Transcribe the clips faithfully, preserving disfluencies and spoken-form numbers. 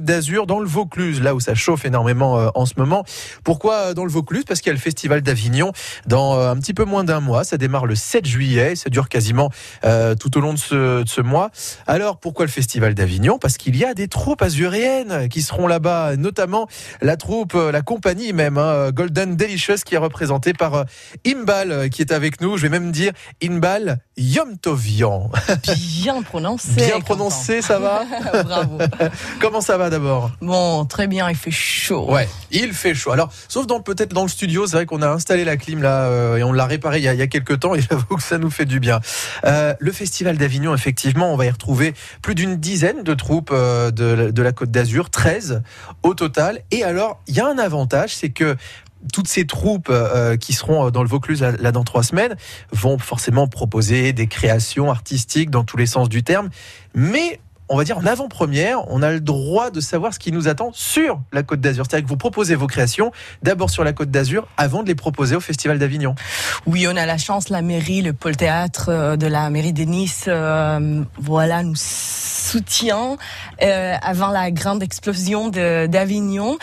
d'Azur, dans le Vaucluse, là où ça chauffe énormément euh, en ce moment. Pourquoi dans le Vaucluse ? Parce qu'il y a le Festival d'Avignon dans euh, un petit peu moins d'un mois. Ça démarre le sept juillet, ça dure quasiment euh, tout au long de ce, de ce mois. Alors, pourquoi le Festival d'Avignon ? Parce qu'il y a des troupes azuréennes qui seront là-bas, notamment la troupe, la compagnie même, hein, Golden Delicious, qui est représentée par euh, Imbal, qui est avec nous. Je vais même dire Imbal Yom Tovian. Bien prononcé. Bien prononcé, ça va ? Bravo. Comment ça va d'abord ? Bon, très bien, il fait chaud. Ouais, il fait chaud. Alors, sauf dans peut-être dans le studio, c'est vrai qu'on a installé la clim là euh, et on l'a réparée il y a, il y a quelques temps et j'avoue que ça nous fait du bien. Euh, le Festival d'Avignon, effectivement, on va y retrouver plus d'une dizaine de troupes euh, de, de la Côte d'Azur, treize au total. Et alors, il y a un avantage, c'est que toutes ces troupes euh, qui seront dans le Vaucluse là, là dans trois semaines vont forcément proposer des créations artistiques dans tous les sens du terme, mais on va dire en avant-première, on a le droit de savoir ce qui nous attend sur la Côte d'Azur. C'est-à-dire que vous proposez vos créations d'abord sur la Côte d'Azur avant de les proposer au Festival d'Avignon. Oui, on a la chance, la mairie, le pôle théâtre de la mairie de Nice, euh, voilà, nous soutient euh, avant la grande explosion de, d'Avignon.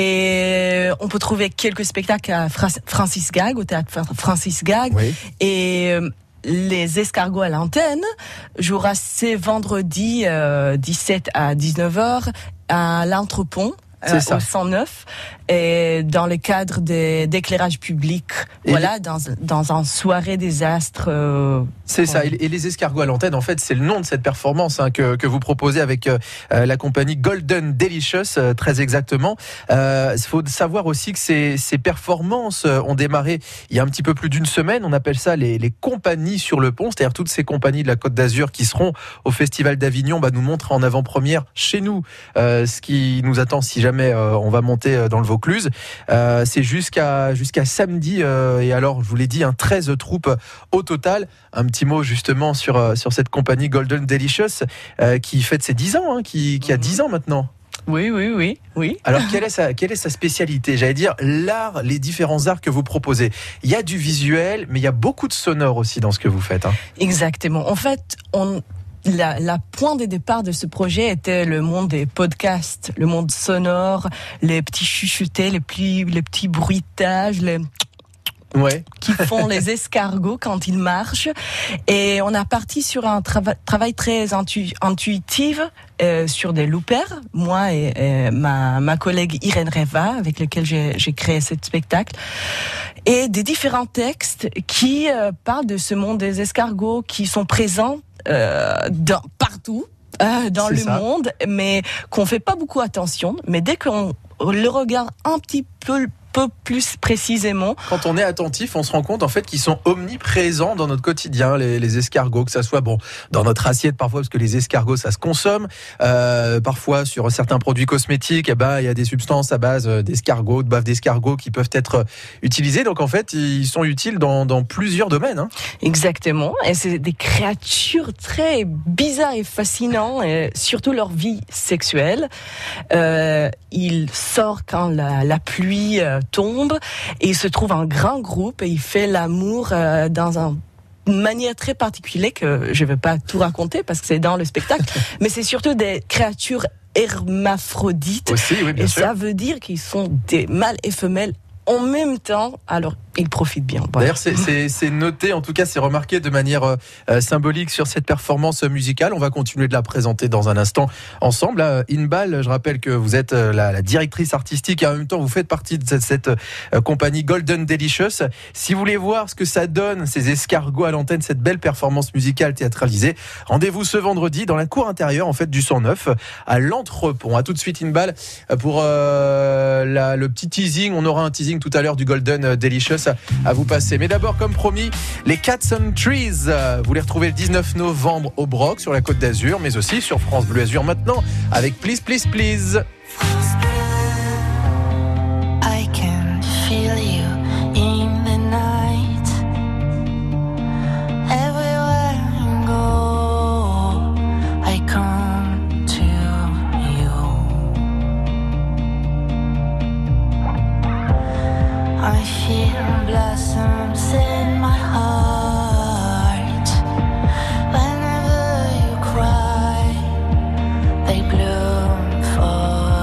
Et on peut trouver quelques spectacles à Fra- Francis Gag, au théâtre Francis Gag. Oui. Et euh, les escargots à l'antenne jouera ce vendredi euh, dix-sept à dix-neuf heures à l'Entrepont. Euh, au cent neuf, et dans le cadre de, d'éclairage public, et voilà, les... dans, dans une soirée des astres. Euh, c'est ça, et les escargots à l'antenne, en fait, c'est le nom de cette performance hein, que, que vous proposez avec euh, la compagnie Golden Delicious, euh, très exactement. Il euh, faut savoir aussi que ces, ces performances ont démarré il y a un petit peu plus d'une semaine. On appelle ça les, les compagnies sur le pont, c'est-à-dire toutes ces compagnies de la Côte d'Azur qui seront au Festival d'Avignon, bah, nous montrent en avant-première chez nous euh, ce qui nous attend si jamais mais euh, on va monter dans le Vaucluse. Euh, c'est jusqu'à, jusqu'à samedi. Euh, et alors, je vous l'ai dit, hein, treize troupes au total. Un petit mot justement sur, euh, sur cette compagnie Golden Delicious euh, qui fête ses dix ans, hein, qui, qui a dix ans maintenant. Oui, oui, oui, oui. Alors, quelle est sa, quelle est sa spécialité ? J'allais dire, l'art, les différents arts que vous proposez. Il y a du visuel, mais il y a beaucoup de sonore aussi dans ce que vous faites. Hein. Exactement. En fait, on... La, la point de départ de ce projet était le monde des podcasts, le monde sonore, les petits chuchotés, les petits, les petits bruitages, les... Ouais. qui font les escargots quand ils marchent. Et on a parti sur un trava- travail très intu- intuitif euh, sur des loopers, moi et, et ma, ma collègue Irène Reva, avec laquelle j'ai, j'ai créé ce spectacle. Et des différents textes qui euh, parlent de ce monde des escargots qui sont présents Euh, dans, partout euh, dans C'est le ça. monde, mais qu'on fait pas beaucoup attention. Mais dès qu'on le regarde un petit peu, peu plus précisément, quand on est attentif, on se rend compte en fait qu'ils sont omniprésents dans notre quotidien, les, les escargots, que ça soit bon dans notre assiette parfois parce que les escargots ça se consomme, euh, parfois sur certains produits cosmétiques, eh ben il y a des substances à base d'escargots, de bave d'escargots qui peuvent être utilisées. Donc en fait ils sont utiles dans, dans plusieurs domaines. Hein. Exactement, et c'est des créatures très bizarres et fascinantes, et surtout leur vie sexuelle. Euh, ils sortent quand la, la pluie euh, tombe et il se trouve un grand groupe et il fait l'amour euh, dans un une manière très particulière que je ne vais pas tout raconter parce que c'est dans le spectacle, mais c'est surtout des créatures hermaphrodites. Aussi, oui, bien et sûr. ça veut dire qu'ils sont des mâles et femelles en même temps, alors ils profitent bien. Voilà. D'ailleurs, c'est, c'est, c'est noté, en tout cas, c'est remarqué de manière euh, symbolique sur cette performance musicale. On va continuer de la présenter dans un instant ensemble. Là, Inbal, je rappelle que vous êtes la, la directrice artistique et en même temps, vous faites partie de cette, cette euh, compagnie Golden Delicious. Si vous voulez voir ce que ça donne, ces escargots à l'antenne, cette belle performance musicale théâtralisée, rendez-vous ce vendredi dans la cour intérieure, en fait, du cent neuf à l'Entrepont. À tout de suite, Inbal, pour euh, la, le petit teasing. On aura un teasing tout à l'heure du Golden Delicious à vous passer. Mais d'abord, comme promis, les Cats and Trees. Vous les retrouvez le dix-neuf novembre au Broc, sur la Côte d'Azur, mais aussi sur France Bleu Azur maintenant, avec Please, Please, Please. I can feel you in the night. Everywhere you go, I come to you. I feel blossoms in my heart. Whenever you cry, they bloom for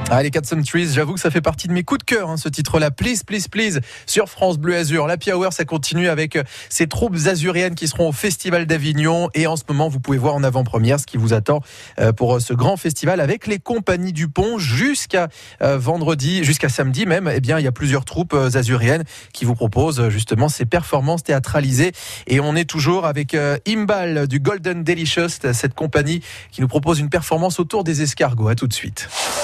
Ah, les Cats and Trees, j'avoue que ça fait partie de mes coups de cœur, hein, ce titre-là. Please, please, please, sur France Bleu Azur. L'Happy Hour, ça continue avec ces troupes azuréennes qui seront au Festival d'Avignon. Et en ce moment, vous pouvez voir en avant-première ce qui vous attend pour ce grand festival avec les compagnies du Pont jusqu'à vendredi, jusqu'à samedi même. Eh bien, il y a plusieurs troupes azuréennes qui vous proposent justement ces performances théâtralisées. Et on est toujours avec Imbal du Golden Delicious, cette compagnie qui nous propose une performance autour des escargots. À tout de suite.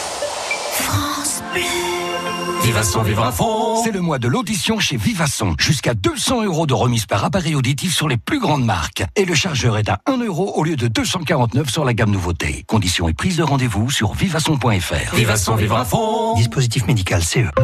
France Bleu. Vivasson, vivre à fond. C'est le mois de l'audition chez Vivasson. Jusqu'à deux cents euros de remise par appareil auditif sur les plus grandes marques. Et le chargeur est à un euro au lieu de deux cent quarante-neuf sur la gamme nouveauté. Conditions et prise de rendez-vous sur vivasson point f r. Vivasson, vivre à fond. Dispositif médical C E.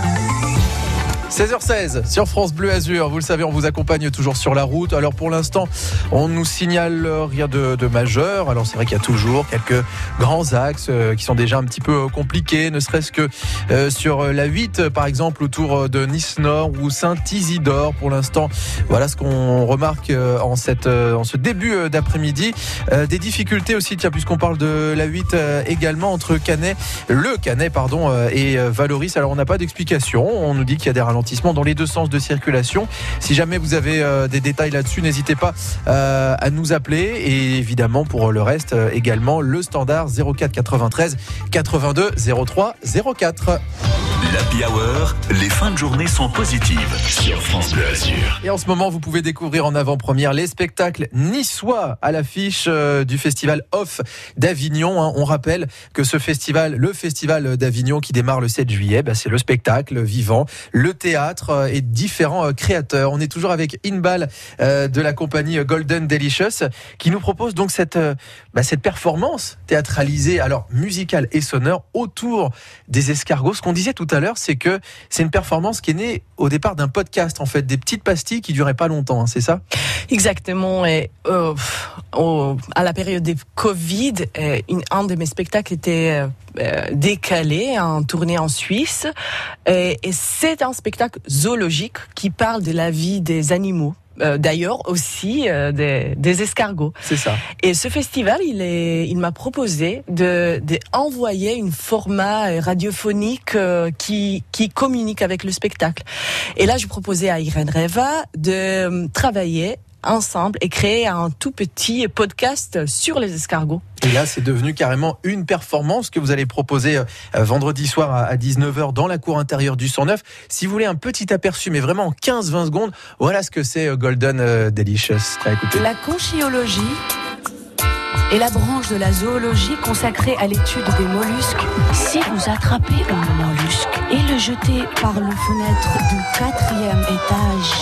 seize heures seize sur France Bleu Azur. Vous le savez, on vous accompagne toujours sur la route. Alors pour l'instant, on nous signale rien de, de majeur. Alors c'est vrai qu'il y a toujours quelques grands axes euh, qui sont déjà un petit peu euh, compliqués, ne serait-ce que euh, sur la huit, par exemple, autour de Nice-Nord ou Saint-Isidore. Pour l'instant, voilà ce qu'on remarque euh, en, cette, euh, en ce début euh, d'après-midi. Euh, des difficultés aussi, tiens, puisqu'on parle de la huit euh, également, entre Canet, le Canet, pardon, euh, et euh, Valoris. Alors on n'a pas d'explication. On nous dit qu'il y a des ralentissements dans les deux sens de circulation. Si jamais vous avez euh, des détails là-dessus, n'hésitez pas euh, à nous appeler. Et évidemment, pour le reste, euh, également, le standard zéro quatre quatre-vingt-treize quatre-vingt-deux zéro trois zéro quatre. L'Happy Hour, les fins de journée sont positives sur France Bleu Azur. Et en ce moment, vous pouvez découvrir en avant-première les spectacles niçois à l'affiche euh, du festival Off d'Avignon. Hein. On rappelle que ce festival, le festival d'Avignon qui démarre le sept juillet, bah, c'est le spectacle vivant, le théâtre euh, et différents euh, créateurs. On est toujours avec Inbal euh, de la compagnie Golden Delicious qui nous propose donc cette, euh, bah, cette performance théâtralisée, alors musicale et sonore autour des escargots. Ce qu'on disait tout à l'heure, c'est que c'est une performance qui est née au départ d'un podcast, en fait, des petites pastilles qui duraient pas longtemps, hein, c'est ça ? Exactement. Et euh, au, à la période des Covid, euh, une, un de mes spectacles était euh, décalé, en tournée en Suisse. Et, et c'est un spectacle zoologique qui parle de la vie des animaux. Euh, d'ailleurs aussi euh, des, des escargots. C'est ça. Et ce festival, il, est, il m'a proposé de, de envoyer un format radiophonique euh, qui, qui communique avec le spectacle. Et là, je proposais à Irène Reva de euh, travailler ensemble et créer un tout petit podcast sur les escargots. Et là, c'est devenu carrément une performance que vous allez proposer euh, vendredi soir à, à dix-neuf heures dans la cour intérieure du cent neuf. Si vous voulez un petit aperçu, mais vraiment en quinze à vingt secondes, voilà ce que c'est euh, Golden euh, Delicious. Ah, écoutez. La conchyologie est la branche de la zoologie consacrée à l'étude des mollusques. Si vous attrapez un mollusque Et le jetez par le fenêtre du quatrième étage,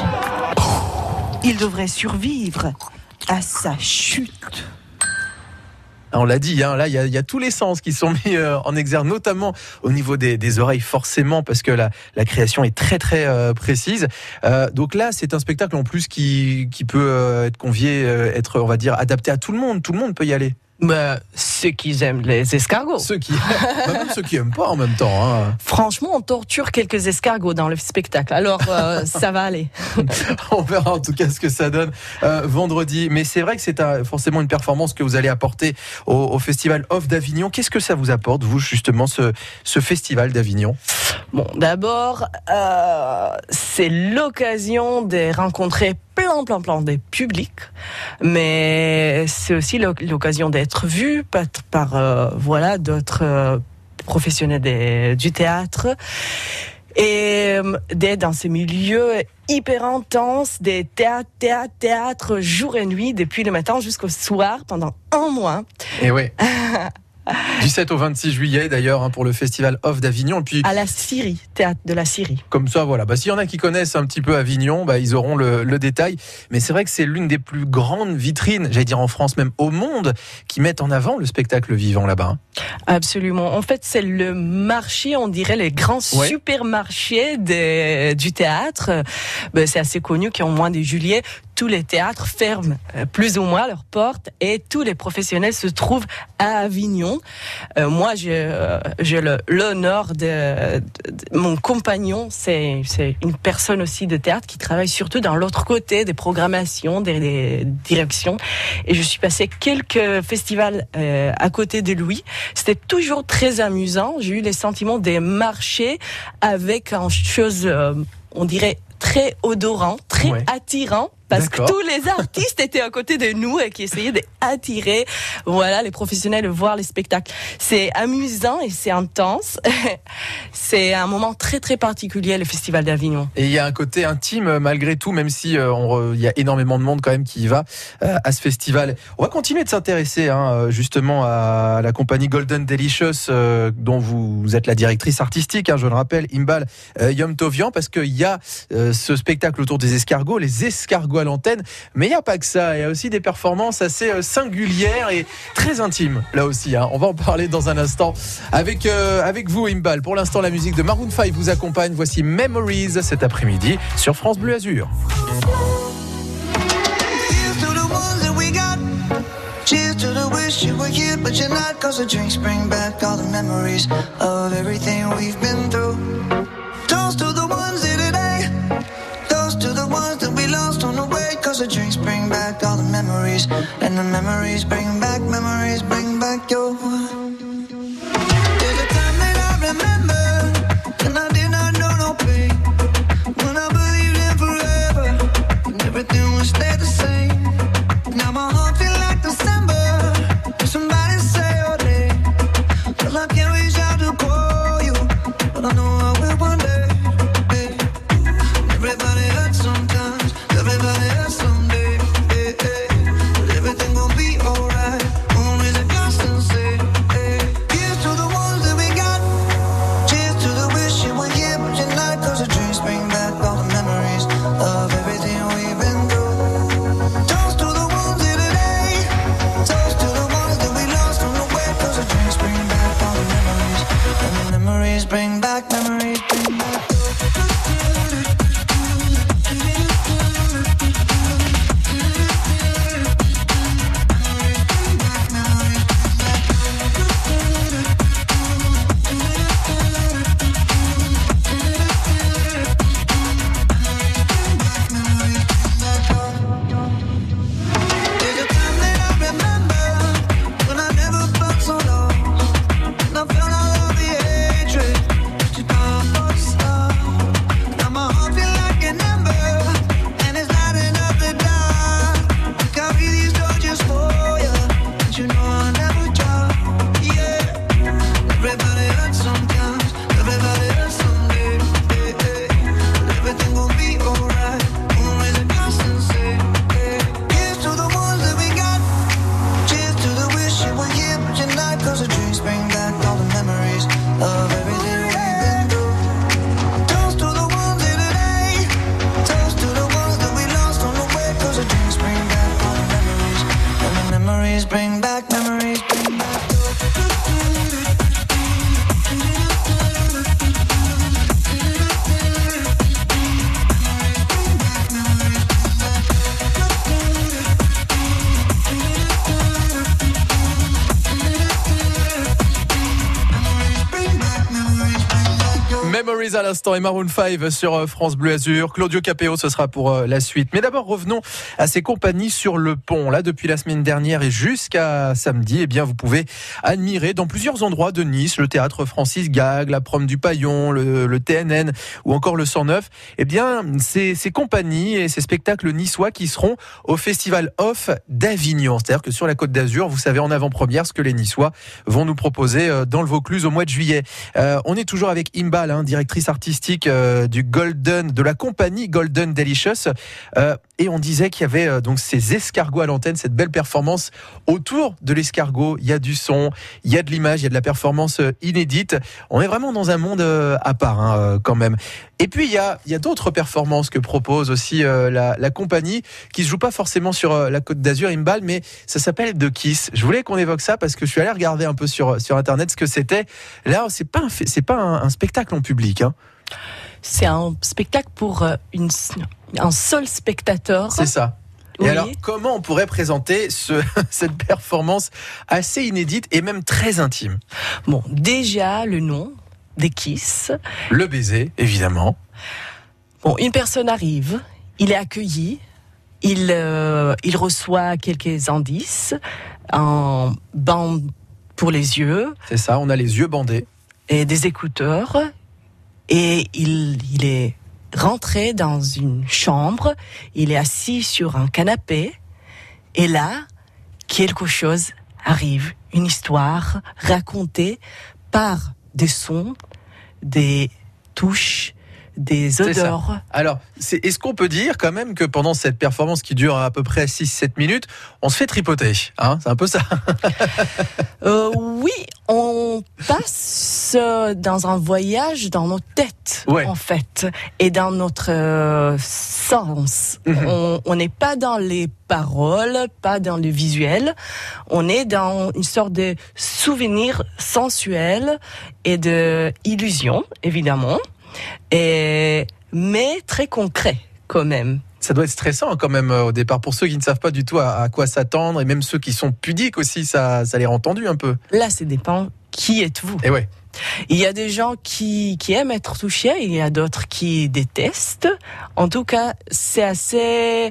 il devrait survivre à sa chute. On l'a dit, hein, là, il y, y a tous les sens qui sont mis euh, en exergue, notamment au niveau des, des oreilles, forcément, parce que la, la création est très, très euh, précise. Euh, donc là, c'est un spectacle en plus qui, qui peut euh, être convié, euh, être, on va dire, adapté à tout le monde. Tout le monde peut y aller. Bah, ceux qui aiment les escargots. Ceux qui, bah, même ceux qui aiment pas en même temps. Hein. Franchement, on torture quelques escargots dans le spectacle. Alors, euh, ça va aller. On verra en tout cas ce que ça donne euh, vendredi. Mais c'est vrai que c'est un, forcément une performance que vous allez apporter au, au Festival Off d'Avignon. Qu'est-ce que ça vous apporte, vous, justement, ce, ce Festival d'Avignon ? Bon, d'abord, euh, c'est l'occasion de rencontrer plein, plein, plein de publics, mais c'est aussi l'occasion d'être vu par, par euh, voilà, d'autres euh, professionnels de, du théâtre et euh, d'être dans ces milieux hyper intenses, des théâtres, théâtres, théâtres, jour et nuit, depuis le matin jusqu'au soir, pendant un mois. Et oui. Du sept au vingt-six juillet d'ailleurs hein, pour le Festival Off d'Avignon. Et puis à la Syrie, théâtre de la Syrie. Comme ça, voilà. Bah, s'il y en a qui connaissent un petit peu Avignon, bah, ils auront le, le détail. Mais c'est vrai que c'est l'une des plus grandes vitrines, j'allais dire en France, même au monde, qui mettent en avant le spectacle vivant là-bas. Hein. Absolument. En fait, c'est le marché, on dirait les grands ouais. supermarchés de, du théâtre. Bah, c'est assez connu qu'en mois de juillet, tous les théâtres ferment euh, plus ou moins leurs portes et tous les professionnels se trouvent à Avignon. Euh, moi, j'ai, euh, j'ai le, l'honneur de, de, de mon compagnon, c'est, c'est une personne aussi de théâtre qui travaille surtout dans l'autre côté des programmations, des, des directions. Et je suis passée quelques festivals euh, à côté de lui. C'était toujours très amusant. J'ai eu les sentiments des marchés avec une chose, euh, on dirait, très odorant, très ouais. attirant. Parce D'accord. que tous les artistes étaient à côté de nous et qui essayaient d'attirer, voilà, les professionnels, voir les spectacles. C'est amusant et c'est intense. C'est un moment très très particulier, le Festival d'Avignon. Et il y a un côté intime malgré tout, même si euh, on, il y a énormément de monde quand même qui y va euh, à ce festival. On va continuer de s'intéresser hein, justement à la compagnie Golden Delicious, euh, dont vous, vous êtes la directrice artistique. Hein, je le rappelle, Inbal euh, Yom Tovian, parce qu'il y a euh, ce spectacle autour des escargots, les escargots à l'antenne, mais il n'y a pas que ça, il y a aussi des performances assez singulières et très intimes là aussi, hein. On va en parler dans un instant avec, euh, avec vous Inbal. Pour l'instant la musique de Maroon five vous accompagne, voici Memories cet après-midi sur France Bleu Azur. Cheers to the wish you were here, but you're not. Cause the drinks bring back all the memories of everything we've been through. Toast to the ones here today. Toast to the ones that we lost on the way. Cause the drinks bring back all the memories. And the memories bring back, memories bring back your. There's a time that I remember, and I did not know no pain. When I believed in forever, and everything would stay the same. Now my heart feels like December. Somebody say your name. Well, I can't reach out to call you, but I know I will one day. Hey. Everybody hurts sometimes, everybody hurts someday. Hey, hey. But everything gon' be alright. Always a constant say. Hey. Here's to the ones that we got. Cheers to the wish you were here, but you're not. Cause the dreams bring back all the memories of everything we've been through. Toast to the ones here today. Toast to the ones that we lost on the way. Cause the dreams bring back all the memories. And the memories bring back, memories bring back. There's a time that I remember when I never felt so low. And I felt all of the hatred that you thought for the start. Now my heart feel like an ember, and it's lighting up the dark. I carry these torches for you, but you know I'll never drop. Yeah, everybody hurts sometimes, everybody hurts someday. Hey, hey. But everything gon' be alright. Always a constant say. Hey. Here's to the ones that we got. Cheers to the wish you were here, but you're not. Cause the dreams bring back all the memories of everything we've been through. Toast to the ones here today. Toast to the ones that we lost on the way. Cause the dreams bring back all the memories. And the memories bring back, memories bring back. Memories à l'instant et Maroon five sur France Bleu Azur. Claudio Capéo, ce sera pour la suite. Mais d'abord, revenons à ces compagnies sur le pont. Là, depuis la semaine dernière et jusqu'à samedi, eh bien, vous pouvez admirer dans plusieurs endroits de Nice le théâtre Francis Gag, la Prom du Paillon, le, le T N N ou encore le cent neuf. Eh bien, ces, ces compagnies et ces spectacles niçois qui seront au Festival Off d'Avignon. C'est-à-dire que sur la Côte d'Azur, vous savez en avant-première ce que les Niçois vont nous proposer dans le Vaucluse au mois de juillet. Euh, on est toujours avec Inbal, hein, directrice artistique euh, du Golden, de la compagnie Golden Delicious, euh, et on disait qu'il y avait euh, donc ces escargots à l'antenne, cette belle performance autour de l'escargot. Il y a du son, il y a de l'image, il y a de la performance euh, inédite. On est vraiment dans un monde euh, à part, hein, euh, quand même. Et puis il y a, il y a d'autres performances que propose aussi euh, la, la compagnie, qui se joue pas forcément sur euh, la Côte d'Azur, Inbal, mais ça s'appelle The Kiss. Je voulais qu'on évoque ça parce que je suis allé regarder un peu sur sur internet ce que c'était. Là, c'est pas un, c'est pas un, un spectacle en public, hein. C'est un spectacle pour une, un seul spectateur. C'est ça. Et Oui. alors, comment on pourrait présenter ce, cette performance assez inédite et même très intime? Bon, déjà, le nom des Kiss. Le baiser, évidemment. Bon, une personne arrive, il est accueilli, il, euh, il reçoit quelques indices, un bande pour les yeux C'est ça, on a les yeux bandés. et des écouteurs, et il, il est rentré dans une chambre, il est assis sur un canapé, et là, quelque chose arrive, une histoire racontée par des sons, des touches, des C'est ça. odeurs. Alors, c'est, est-ce qu'on peut dire quand même que pendant cette performance qui dure à peu près six sept minutes, on se fait tripoter, hein? C'est un peu ça. Euh, oui, on passe euh, dans un voyage dans nos têtes, Ouais. en fait, et dans notre euh, sens. Mhm. On- On n'est pas dans les paroles, pas dans le visuel. On est dans une sorte de souvenir sensuel et de illusion, évidemment, et mais très concret quand même. Ça doit être stressant quand même euh, au départ pour ceux qui ne savent pas du tout à, à quoi s'attendre et même ceux qui sont pudiques aussi, ça, ça les rend tendus un peu. Là, ça dépend. Qui êtes-vous? Et ouais. Il y a des gens qui, qui aiment être touchés, il y a d'autres qui détestent. En tout cas, c'est assez...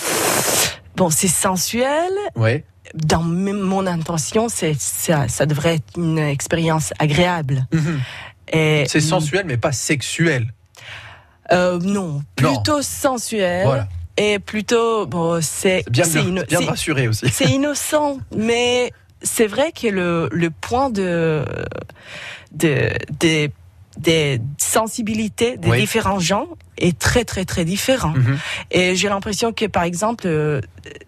Bon, c'est sensuel. Ouais. Dans m- mon intention, c'est, ça, ça devrait être une expérience agréable. Mhm. Et, C'est sensuel mais pas sexuel. euh, non, plutôt sensuel. Voilà. Et plutôt, bon, c'est... C'est bien, c'est de- inno- bien de c'est- rassurer aussi. C'est innocent, mais c'est vrai que le, le point de, de, de, des sensibilités des Oui. différents gens est très, très, très différent. Mhm. Et j'ai l'impression que, par exemple, euh,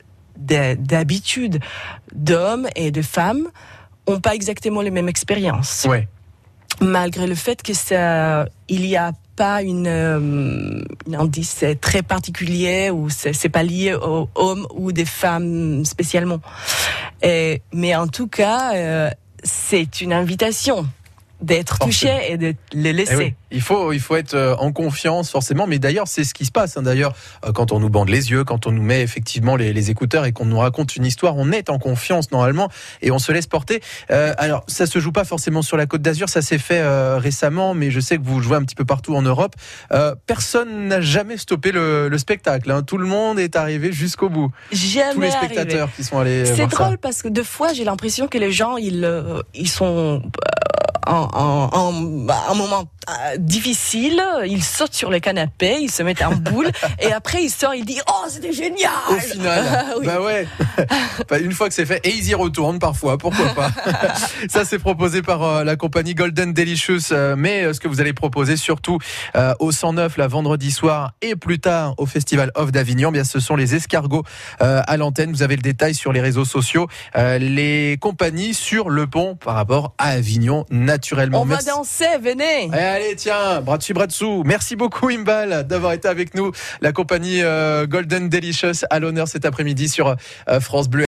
d- d'habitude, d'hommes et de femmes ont pas exactement les mêmes expériences. Ouais. Malgré le fait que ça, il y a pas une, euh, un indice très particulier ou c'est, c'est pas lié aux hommes ou des femmes spécialement. Et, mais en tout cas, euh, c'est une invitation d'être touché Forcément. et de le laisser. Eh oui, il faut, il faut être euh, en confiance forcément, mais d'ailleurs c'est ce qui se passe. Hein. D'ailleurs, euh, quand on nous bande les yeux, quand on nous met effectivement les, les écouteurs et qu'on nous raconte une histoire, on est en confiance normalement et on se laisse porter. Euh, alors ça se joue pas forcément sur la Côte d'Azur, ça s'est fait euh, récemment, mais je sais que vous jouez un petit peu partout en Europe. Euh, personne n'a jamais stoppé le, le spectacle. Hein. Tout le monde est arrivé jusqu'au bout. Jamais Tous les arrivé. spectateurs qui sont allés C'est voir drôle ça. parce que deux fois j'ai l'impression que les gens ils euh, ils sont euh, en, en, en un moment euh, difficile, ils sautent sur le canapé, ils se mettent en boule et après ils sortent, ils disent oh c'était génial. Au final, Oui. bah ouais. Bah, une fois que c'est fait, et ils y retournent parfois, pourquoi pas. Ça c'est proposé par euh, la compagnie Golden Delicious, euh, mais euh, ce que vous allez proposer surtout euh, au cent neuf la vendredi soir et plus tard au Festival Off d'Avignon, bien ce sont les escargots euh, à l'antenne. Vous avez le détail sur les réseaux sociaux, euh, les compagnies sur le pont par rapport à Avignon naturellement. On va Merci. danser, venez. Eh, allez, tiens, bras dessus, bras dessous. Merci beaucoup, Imbal, d'avoir été avec nous. La compagnie euh, Golden Delicious à l'honneur cet après-midi sur euh, France Bleu.